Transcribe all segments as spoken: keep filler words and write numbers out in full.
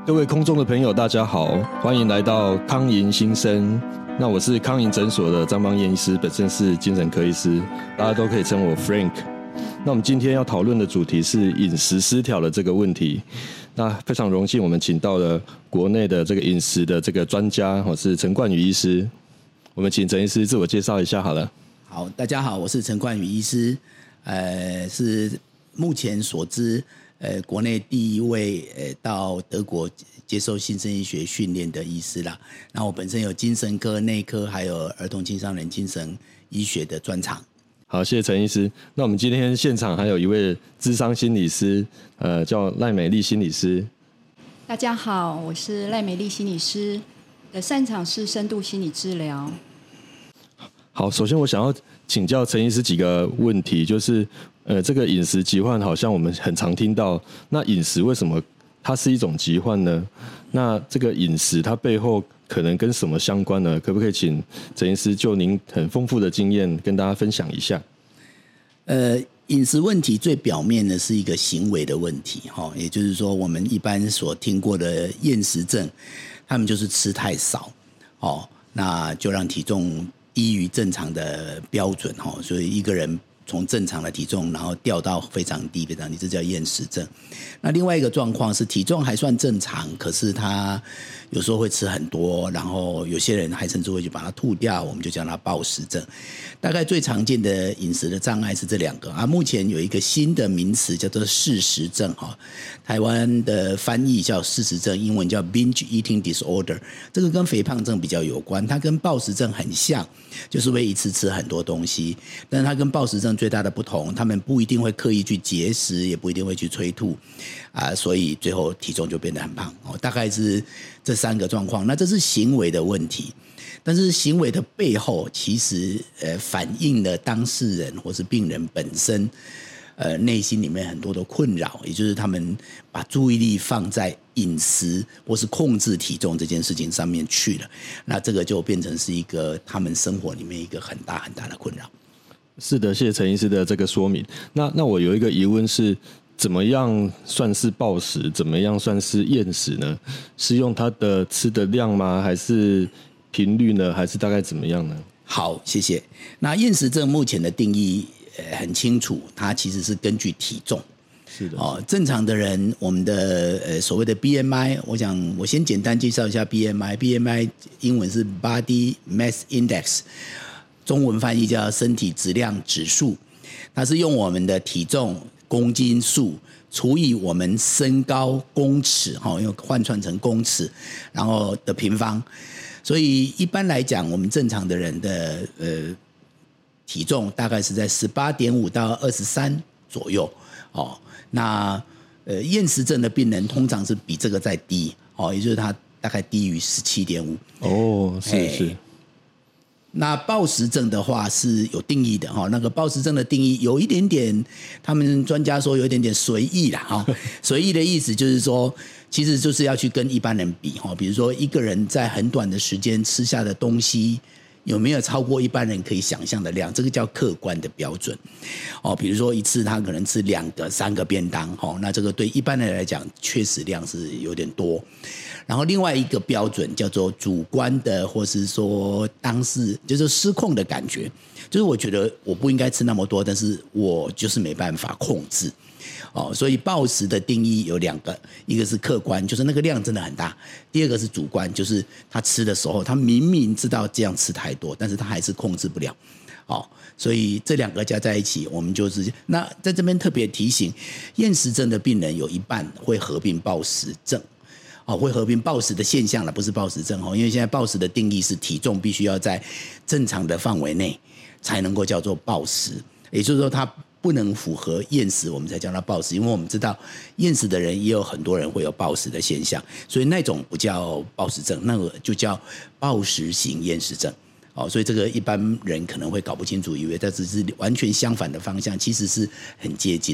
各位空中的朋友大家好，欢迎来到康营新生。那我是康营诊所的张邦彦医师，本身是精神科医师，大家都可以称我 Frank。 那我们今天要讨论的主题是饮食失调的这个问题。那非常荣幸我们请到了国内的这个饮食的这个专家，我是陈冠宇医师。我们请陈医师自我介绍一下好了。 好，大家好，我是陈冠宇医师，呃，是目前所知呃，国内第一位呃到德国接受新生医学训练的医师啦。那我本身有精神科、内科，还有儿童青少年精神医学的专长。 好，谢谢陈医师。那我们今天现场还有一位諮商心理师，呃，叫赖美丽心理师。 大家好，我是赖美丽心理师，的擅长是深度心理治疗。 好，首先我想要请教陈医师几个问题，就是呃，这个饮食疾患好像我们很常听到，那饮食为什么它是一种疾患呢？那这个饮食它背后可能跟什么相关呢？可不可以请陈医师就您很丰富的经验跟大家分享一下？ 呃，饮食问题最表面的是一个行为的问题，也就是说我们一般所听过的厌食症，他们就是吃太少，那就让体重低于正常的标准，所以一个人从正常的体重然后掉到非常低非常低，这叫厌食症。那另外一个状况是体重还算正常，可是他有时候会吃很多，然后有些人还甚至会去把它吐掉，我们就叫它暴食症。大概最常见的饮食的障碍是这两个啊。目前有一个新的名词叫做嗜食症，台湾的翻译叫嗜食症，英文叫 binge eating disorder。这个跟肥胖症比较有关，它跟暴食症很像，就是会一次吃很多东西，但是它跟暴食症最大的不同，他们不一定会刻意去节食，也不一定会去催吐啊，所以最后体重就变得很胖，大概是这三个状况。那这是行为的问题，但是行为的背后其实呃反映了当事人或是病人本身呃内心里面很多的困扰，也就是他们把注意力放在饮食或是控制体重这件事情上面去了，那这个就变成是一个他们生活里面一个很大很大的困扰。 是的，谢谢陈医师的这个说明。那那我有一个疑问是，怎么样算是暴食？怎么样算是厌食呢？是用它的吃的量吗？还是频率呢？还是大概怎么样呢？ 好，谢谢。那厌食症目前的定义、呃、很清楚，它其实是根据体重。 是的， 哦，正常的人，我们的呃所谓的 B M I， 我想我先简单介绍一下 B M I。B M I 英文是 Body Mass Index， 中文翻译叫身体质量指数。它是用我们的体重公斤数除以我们身高公尺，因为换算成公尺，然后的平方。所以一般来讲，我们正常的人的呃体重大概是在 十八点五 到二十三左右。哦，那呃厌食症的病人通常是比这个再低，哦，也就是他大概低于 十七点五。 哦，是是。 那暴食症的话是有定义的，那个暴食症的定义有一点点，他们专家说有一点点随意啦。随意的意思就是说，其实就是要去跟一般人比，比如说一个人在很短的时间吃下的东西有没有超过一般人可以想象的量，这个叫客观的标准。比如说一次他可能吃两个三个便当，那这个对一般人来讲确实量是有点多。然后另外一个标准叫做主观的，或是说当事就是失控的感觉，就是我觉得我不应该吃那么多，但是我就是没办法控制。哦，所以暴食的定义有两个，一个是客观，就是那个量真的很大；第二个是主观，就是他吃的时候，他明明知道这样吃太多，但是他还是控制不了。哦，所以这两个加在一起，我们就是那在这边特别提醒，厌食症的病人有一半会合并暴食症。哦，会合并暴食的现象了，不是暴食症哦，因为现在暴食的定义是体重必须要在正常的范围内才能够叫做暴食，也就是说它不能符合厌食，我们才叫它暴食。因为我们知道厌食的人也有很多人会有暴食的现象，所以那种不叫暴食症，那个就叫暴食型厌食症。哦，所以这个一般人可能会搞不清楚，以为它只是完全相反的方向，其实是很接近的。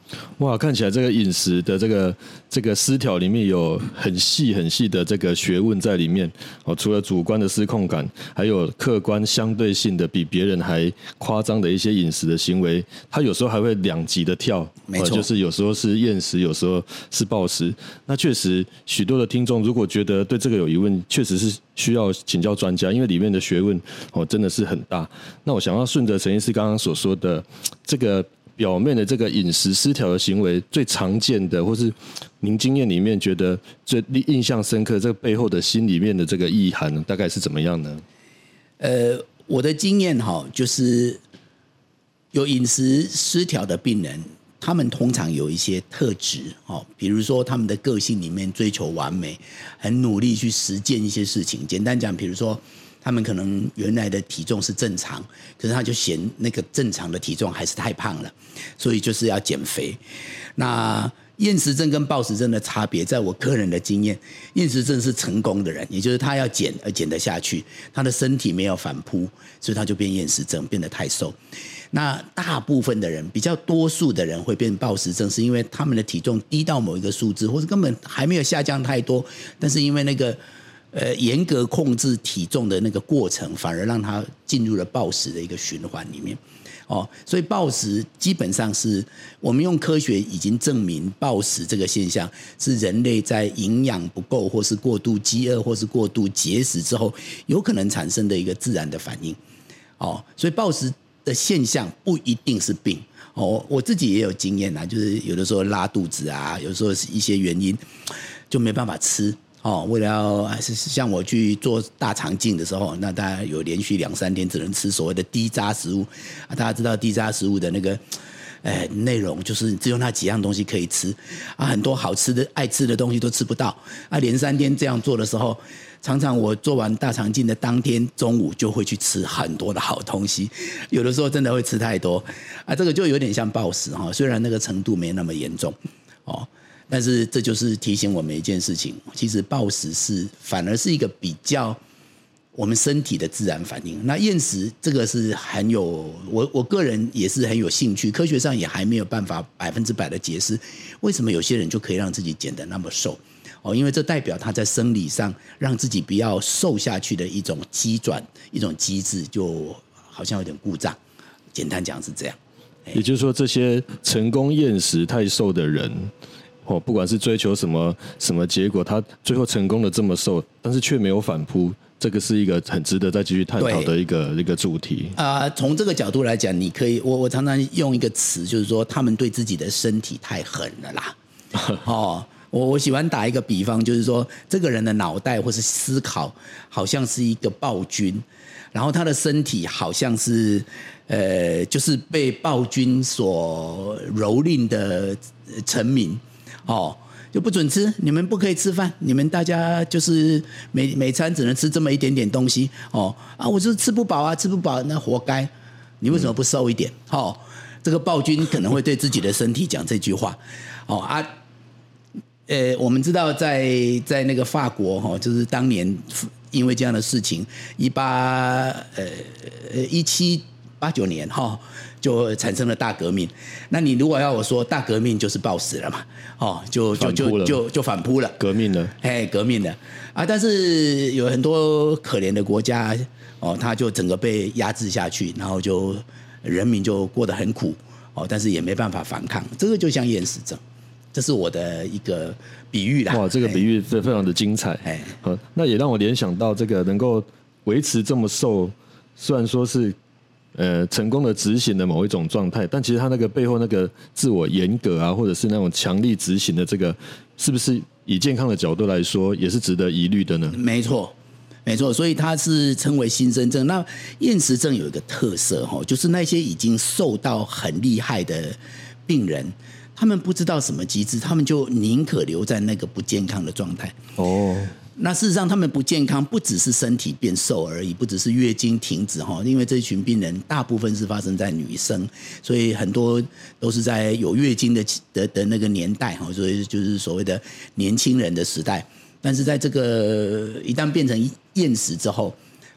哇，看起来这个饮食的这个这个失调里面有很细很细的这个学问在里面哦。除了主观的失控感，还有客观相对性的比别人还夸张的一些饮食的行为，它有时候还会两极的跳， 没错、 呃，就是有时候是厌食，有时候是暴食。那确实，许多的听众如果觉得对这个有疑问，确实是需要请教专家，因为里面的学问哦真的是很大。那我想要顺着陈医师刚刚所说的这个。表面的这个饮食失调的行为，最常见的，或是您经验里面觉得最印象深刻，这个背后的心里面的这个意涵，大概是怎么样呢？ 呃，我的经验哈，就是有饮食失调的病人，他们通常有一些特质哦，比如说他们的个性里面追求完美，很努力去实践一些事情。简单讲，比如说。他们可能原来的体重是正常，可是他就嫌那个正常的体重还是太胖了，所以就是要减肥。那厌食症跟暴食症的差别，在我个人的经验，厌食症是成功的人，也就是他要减而减得下去，他的身体没有反扑，所以他就变厌食症，变得太瘦。那大部分的人，比较多数的人会变暴食症，是因为他们的体重低到某一个数字，或者根本还没有下降太多，但是因为那个呃，严格控制体重的那个过程，反而让他进入了暴食的一个循环里面。哦，所以暴食基本上是我们用科学已经证明，暴食这个现象是人类在营养不够，或是过度饥饿，或是过度节食之后，有可能产生的一个自然的反应。哦，所以暴食的现象不一定是病。哦，我自己也有经验啊，就是有的时候拉肚子啊，有时候是一些原因就没办法吃。哦，为了要像我去做大肠镜的时候，那大家有连续两三天只能吃所谓的低渣食物啊。大家知道低渣食物的那个，呃，内容就是只有那几样东西可以吃啊，很多好吃的、爱吃的东西都吃不到啊。连三天这样做的时候，常常我做完大肠镜的当天中午就会去吃很多的好东西，有的时候真的会吃太多啊，这个就有点像暴食哈，虽然那个程度没那么严重哦。但是这就是提醒我们一件事情，其实暴食是反而是一个比较我们身体的自然反应。那厌食这个是很有我我个人也是很有兴趣，科学上也还没有办法百分之百的解释为什么有些人就可以让自己减得那么瘦哦，因为这代表他在生理上让自己不要瘦下去的一种机转一种机制，就好像有点故障。简单讲是这样。 也就是说，这些成功厌食太瘦的人。哦，不管是追求什么什么结果，他最后成功的这么瘦，但是却没有反扑，这个是一个很值得再继续探讨的一个一个主题。 啊、呃，从这个角度来讲，你可以，我我常常用一个词，就是说他们对自己的身体太狠了啦。哦，我我喜欢打一个比方，就是说这个人的脑袋或是思考，好像是一个暴君，然后他的身体好像是呃，就是被暴君所蹂躏的臣民。哦，就不准吃，你们不可以吃饭，你们大家就是每每餐只能吃这么一点点东西哦啊，我就是吃不饱啊，吃不饱那活该，你为什么不瘦一点？哦，这个暴君可能会对自己的身体讲这句话哦啊，呃，我们知道在在那个法国哈、哦，就是当年因为这样的事情，一八呃一七八九年哈。哦就产生了大革命。那你如果要我说大革命就是暴食了嘛？哦，就就就就就反扑了， 革命了， 哎，革命了啊！但是有很多可怜的国家哦，他就整个被压制下去，然后就人民就过得很苦哦，但是也没办法反抗。这个就像厌食症，这是我的一个比喻啦。 哇，这个比喻非常的精彩。哎，好，那也让我联想到这个能够维持这么瘦，虽然说是。呃，成功的执行的某一种状态，但其实他那个背后那个自我严格啊，或者是那种强力执行的这个，是不是以健康的角度来说，也是值得疑虑的呢？ 没错，没错，所以它是称为新生症。那厌食症有一个特色哈，就是那些已经瘦到很厉害的病人，他们不知道什么机制，他们就宁可留在那个不健康的状态。 哦。 那事实上，他们不健康，不只是身体变瘦而已，不只是月经停止哈，因为这群病人大部分是发生在女生，所以很多都是在有月经的的的那个年代哈，所以就是所谓的年轻人的时代。但是在这个一旦变成厌食之后，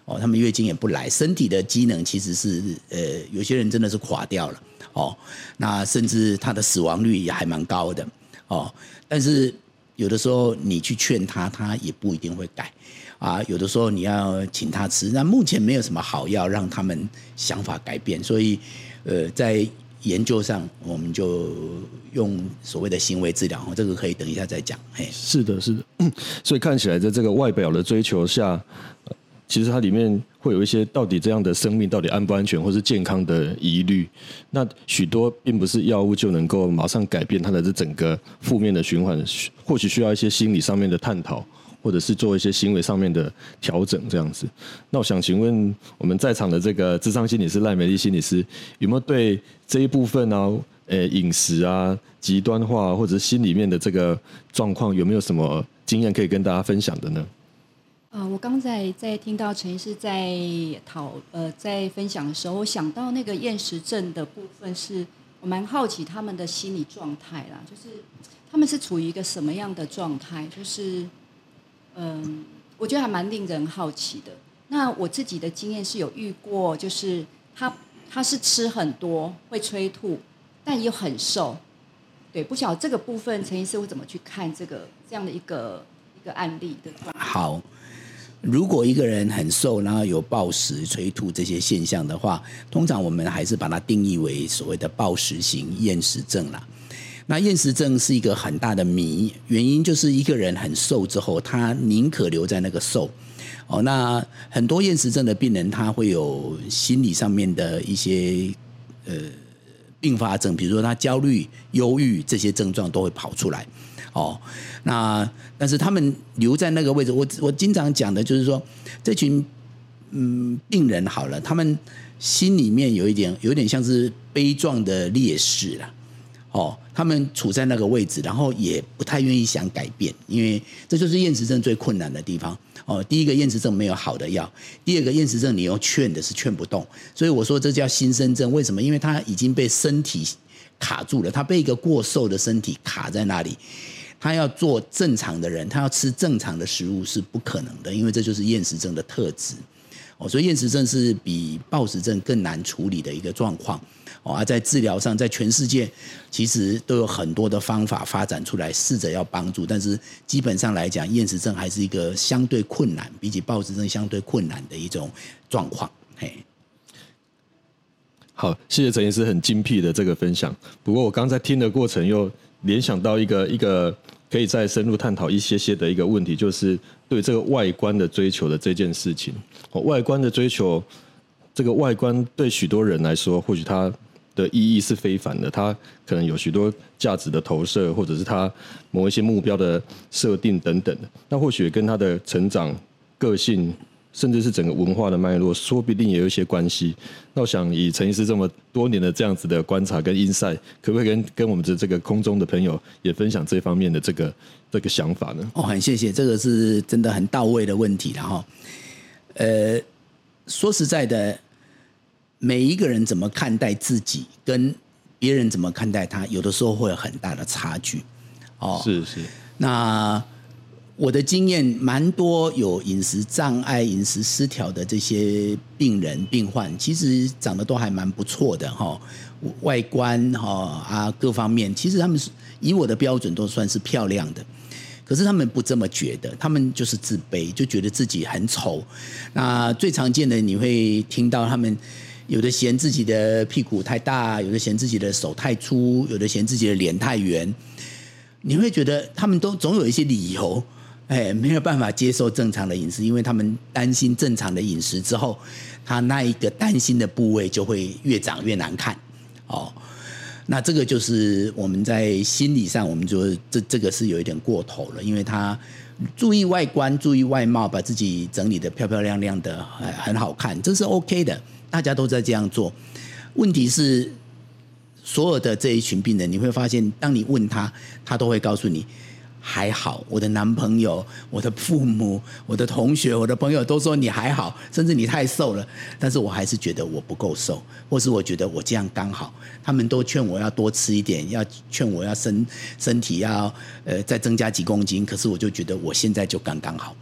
哦，他们月经也不来，身体的机能其实是呃，有些人真的是垮掉了哦，那甚至他的死亡率也还蛮高的哦。但是有的时候你去劝他，他也不一定会改啊。有的时候你要请他吃，那目前没有什么好药让他们想法改变，所以呃，在研究上我们就用所谓的行为治疗，这个可以等一下再讲。嘿， 是的，是的，嗯，所以看起来在这个外表的追求下，其实它里面会有一些到底这样的生命到底安不安全或是健康的疑虑，那许多并不是药物就能够马上改变它的这整个负面的循环，或许需要一些心理上面的探讨，或者是做一些行为上面的调整这样子。那我想请问我们在场的这个諮商心理师赖美丽心理师，有没有对这一部分啊，呃，饮食啊、极端化或者心里面的这个状况，有没有什么经验可以跟大家分享的呢？ 呃，我刚才在听到陈医师在讨呃在分享的时候，我想到那个厌食症的部分是，我蛮好奇他们的心理状态啦，就是他们是处于一个什么样的状态？就是嗯，我觉得还蛮令人好奇的。那我自己的经验是有遇过，就是他他是吃很多，会催吐，但又很瘦。对，不晓得这个部分陈医师会怎么去看这个这样的一个一个案例的状态？ 好。如果一个人很瘦，然后有暴食、催吐这些现象的话，通常我们还是把它定义为所谓的暴食型厌食症啦。那厌食症是一个很大的谜，原因就是一个人很瘦之后，他宁可留在那个瘦。哦，那很多厌食症的病人，他会有心理上面的一些呃并发症，比如说他焦虑、忧郁这些症状都会跑出来。哦，那但是他们留在那个位置，我我经常讲的就是说，这群嗯病人好了，他们心里面有一点有点像是悲壮的烈士啦。哦，他们处在那个位置，然后也不太愿意想改变，因为这就是厌食症最困难的地方。哦，第一个厌食症没有好的药，第二个厌食症你又劝的是劝不动，所以我说这叫心身症。为什么？因为他已经被身体卡住了，他被一个过瘦的身体卡在那里。他要做正常的人，他要吃正常的食物是不可能的，因为这就是厌食症的特质。哦，所以厌食症是比暴食症更难处理的一个状况。哦，而在治疗上，在全世界其实都有很多的方法发展出来，试着要帮助，但是基本上来讲，厌食症还是一个相对困难，比起暴食症相对困难的一种状况。嘿， 好，谢谢陈医师很精辟的这个分享。不过我刚才听的过程又联想到一个一个可以再深入探讨一些些的一个问题，就是对这个外观的追求的这件事情。外观的追求，这个外观对许多人来说，或许它的意义是非凡的，它可能有许多价值的投射，或者是它某一些目标的设定等等的。那或许跟他的成长、个性，甚至是整个文化的脉络，说不定也有一些关系。那我想以陈医师这么多年的这样子的观察跟 insight， 可不可以跟跟我们的这个空中的朋友也分享这方面的这个这个想法呢？ 哦，很谢谢，这个是真的很到位的问题了哈。呃，说实在的。每一个人怎么看待自己，跟别人怎么看待他，有的时候会有很大的差距。哦， 是是。 那我的经验蛮多，有饮食障碍、饮食失调的这些病人、病患，其实长得都还蛮不错的哈、哦，外观哈、哦、啊各方面，其实他们以我的标准都算是漂亮的。可是他们不这么觉得，他们就是自卑，就觉得自己很丑。那最常见的你会听到他们。有的嫌自己的屁股太大，有的嫌自己的手太粗，有的嫌自己的脸太圆。你会觉得他们都总有一些理由，哎，没有办法接受正常的饮食，因为他们担心正常的饮食之后，他那一个担心的部位就会越长越难看。哦，那这个就是我们在心理上，我们就这这个是有一点过头了，因为他注意外观、注意外貌，把自己整理得漂漂亮亮的，很好看，这是 OK 的。大家都在这样做，问题是所有的这一群病人，你会发现，当你问他，他都会告诉你还好，我的男朋友、我的父母、我的同学、我的朋友都说你还好，甚至你太瘦了，但是我还是觉得我不够瘦，或是我觉得我这样刚好。他们都劝我要多吃一点，要劝我要身身体要呃再增加几公斤，可是我就觉得我现在就刚刚好。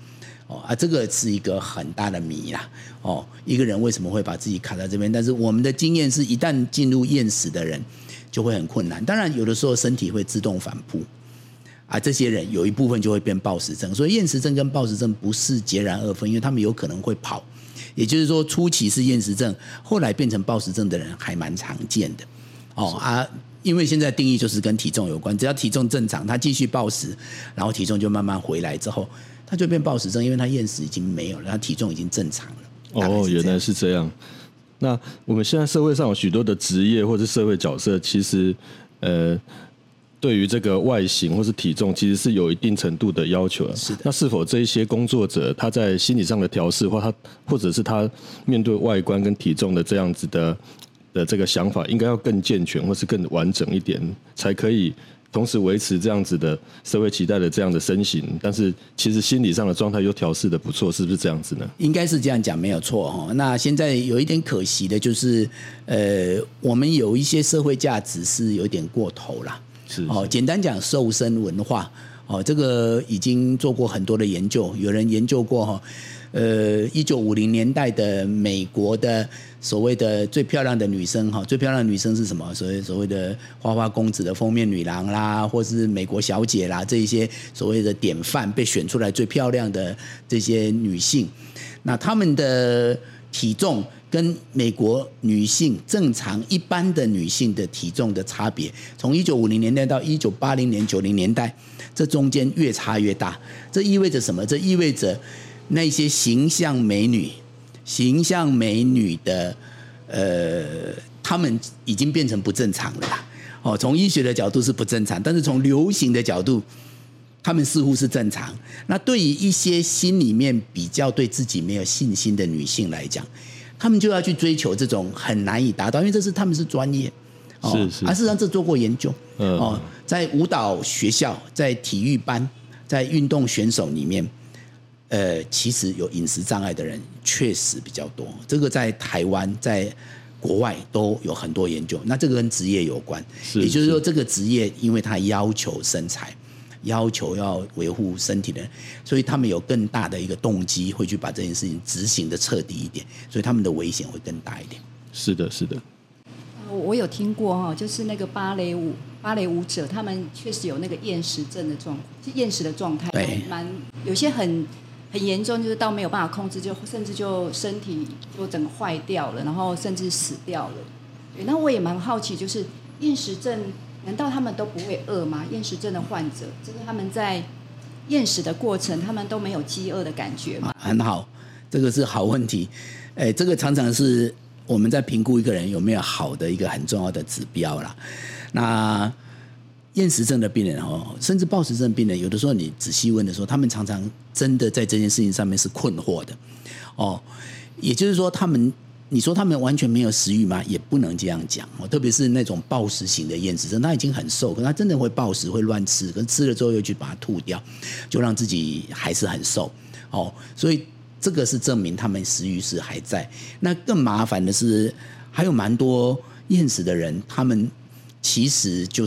哦啊，这个是一个很大的谜啦。哦，一个人为什么会把自己卡在这边？但是我们的经验是，一旦进入厌食的人，就会很困难。当然，有的时候身体会自动反扑，啊，这些人有一部分就会变暴食症。所以厌食症跟暴食症不是截然二分，因为他们有可能会跑。也就是说，初期是厌食症，后来变成暴食症的人还蛮常见的。哦啊。因为现在定义就是跟体重有关，只要体重正常，他继续暴食，然后体重就慢慢回来之后，他就变暴食症，因为他厌食已经没有了，他体重已经正常了。 哦，原来是这样。那我们现在社会上有许多的职业或者社会角色，其实呃，对于这个外形或是体重，其实是有一定程度的要求的。 是的。 那是否这一些工作者他在心理上的调试，或他或者是他面对外观跟体重的这样子的？的这个想法应该要更健全或是更完整一点，才可以同时维持这样子的社会期待的这样的身形，但是其实心理上的状态又调试的不错，是不是这样子呢？ 应该是这样讲没有错。那现在有一点可惜的就是，呃，我们有一些社会价值是有点过头啦。 是, 是哦，简单讲，瘦身文化哦，这个已经做过很多的研究，有人研究过哈。呃，一九五零年代的美国的所谓的最漂亮的女生哈，最漂亮的女生是什么？所谓所谓的花花公子的封面女郎啦，或是美国小姐啦，这一些所谓的典范被选出来最漂亮的这些女性，那她们的体重跟美国女性正常一般的女性的体重的差别，从一九五零年代到一九八零年、九零年代，这中间越差越大。这意味着什么？这意味着那些形象美女、形象美女的，呃，她们已经变成不正常了啦。哦，从医学的角度是不正常，但是从流行的角度，她们似乎是正常。那对于一些心里面比较对自己没有信心的女性来讲，她们就要去追求这种很难以达到，因为这是她们是专业。 哦、是是。 而、啊、事实上，这做过研究。 嗯。 哦，在舞蹈学校、在体育班、在运动选手里面。呃，其实有饮食障碍的人确实比较多，这个在台湾、在国外都有很多研究。那这个跟职业有关，也就是说，这个职业因为它要求身材，要求要维护身体的人，所以他们有更大的一个动机，会去把这件事情执行的彻底一点，所以他们的危险会更大一点。 是的，是的。 我有听过哈，就是那个芭蕾舞芭蕾舞者，他们确实有那个厌食症的状况，就厌食的状态， 对， 蛮有些很。很严重，就是到没有办法控制，就甚至就身体就整个坏掉了，然后甚至死掉了。对，那我也蛮好奇，就是厌食症，难道他们都不会饿吗？厌食症的患者，就是他们在厌食的过程，他们都没有饥饿的感觉吗？ 很好，这个是好问题。哎，这个常常是我们在评估一个人有没有好的一个很重要的指标啦。那厌食症的病人哦，甚至暴食症的病人，有的时候你仔细问的时候，他们常常真的在这件事情上面是困惑的哦。也就是说，他们你说他们完全没有食欲吗？也不能这样讲哦。特别是那种暴食型的厌食症，他已经很瘦，可是他真的会暴食，会乱吃，可是吃了之后又去把它吐掉，就让自己还是很瘦哦。所以这个是证明他们食欲是还在。那更麻烦的是，还有蛮多厌食的人，他们其实就是。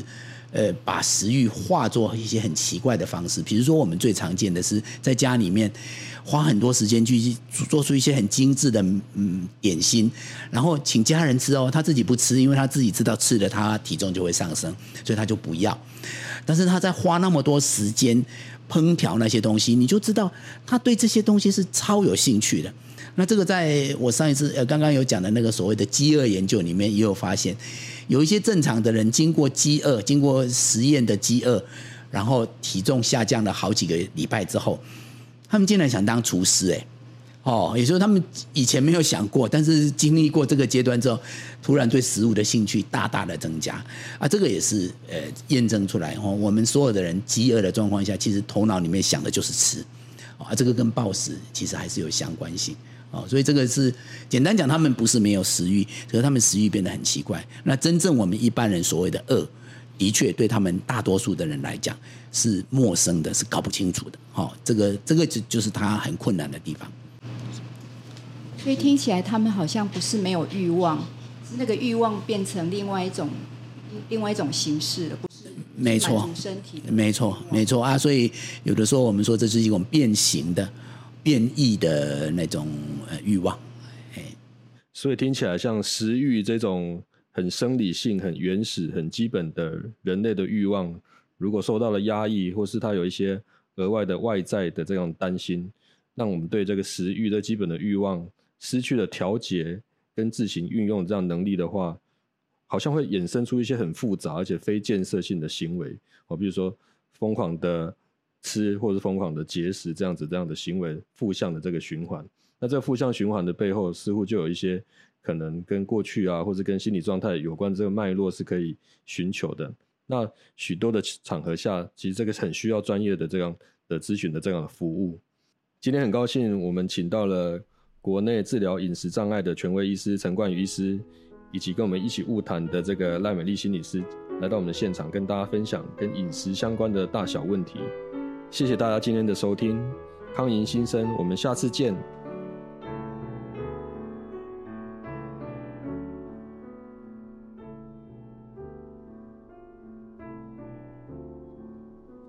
呃，把食欲化作一些很奇怪的方式，比如说我们最常见的是在家里面花很多时间去做出一些很精致的嗯点心，然后请家人吃哦，他自己不吃，因为他自己知道吃了他体重就会上升，所以他就不要。但是他在花那么多时间烹调那些东西，你就知道他对这些东西是超有兴趣的。那这个在我上一次呃刚刚有讲的那个所谓的饥饿研究里面也有发现，有一些正常的人经过饥饿，经过实验的饥饿，然后体重下降了好几个礼拜之后，他们竟然想当厨师哎、欸，哦，也就是他们以前没有想过，但是经历过这个阶段之后，突然对食物的兴趣大大的增加啊，这个也是呃验证出来哦，我们所有的人饥饿的状况下，其实头脑里面想的就是吃啊，这个跟暴食其实还是有相关性。哦，所以这个是简单讲，他们不是没有食欲，可是他们食欲变得很奇怪。那真正我们一般人所谓的饿，的确对他们大多数的人来讲是陌生的，是搞不清楚的。哦，这个这个就就是他很困难的地方。 所以听起来他们好像不是没有欲望，是那个欲望变成另外一种另外一种形式了，不是？ 没错， 身体的没错，没错啊。所以有的时候我们说这是一种变形的。 变异的那种欲望。 所以听起来像食欲这种很生理性、很原始、很基本的人类的欲望，如果受到了压抑，或是它有一些额外的外在的这种担心，让我们对这个食欲的基本的欲望失去了调节跟自行运用这样能力的话，好像会衍生出一些很复杂而且非建设性的行为，比如说疯狂的吃或是疯狂的节食这样子这样的行为，负向的这个循环。那这个负向循环的背后似乎就有一些可能跟过去啊或是跟心理状态有关的这个脉络是可以寻求的。那许多的场合下其实这个很需要专业的这样的咨询的这样的服务。今天很高兴我们请到了国内治疗饮食障碍的权威医师陈冠宇医师，以及跟我们一起晤谈的这个赖美丽心理师来到我们的现场，跟大家分享跟饮食相关的大小问题。谢谢大家今天的收听，康营新生，我们下次见。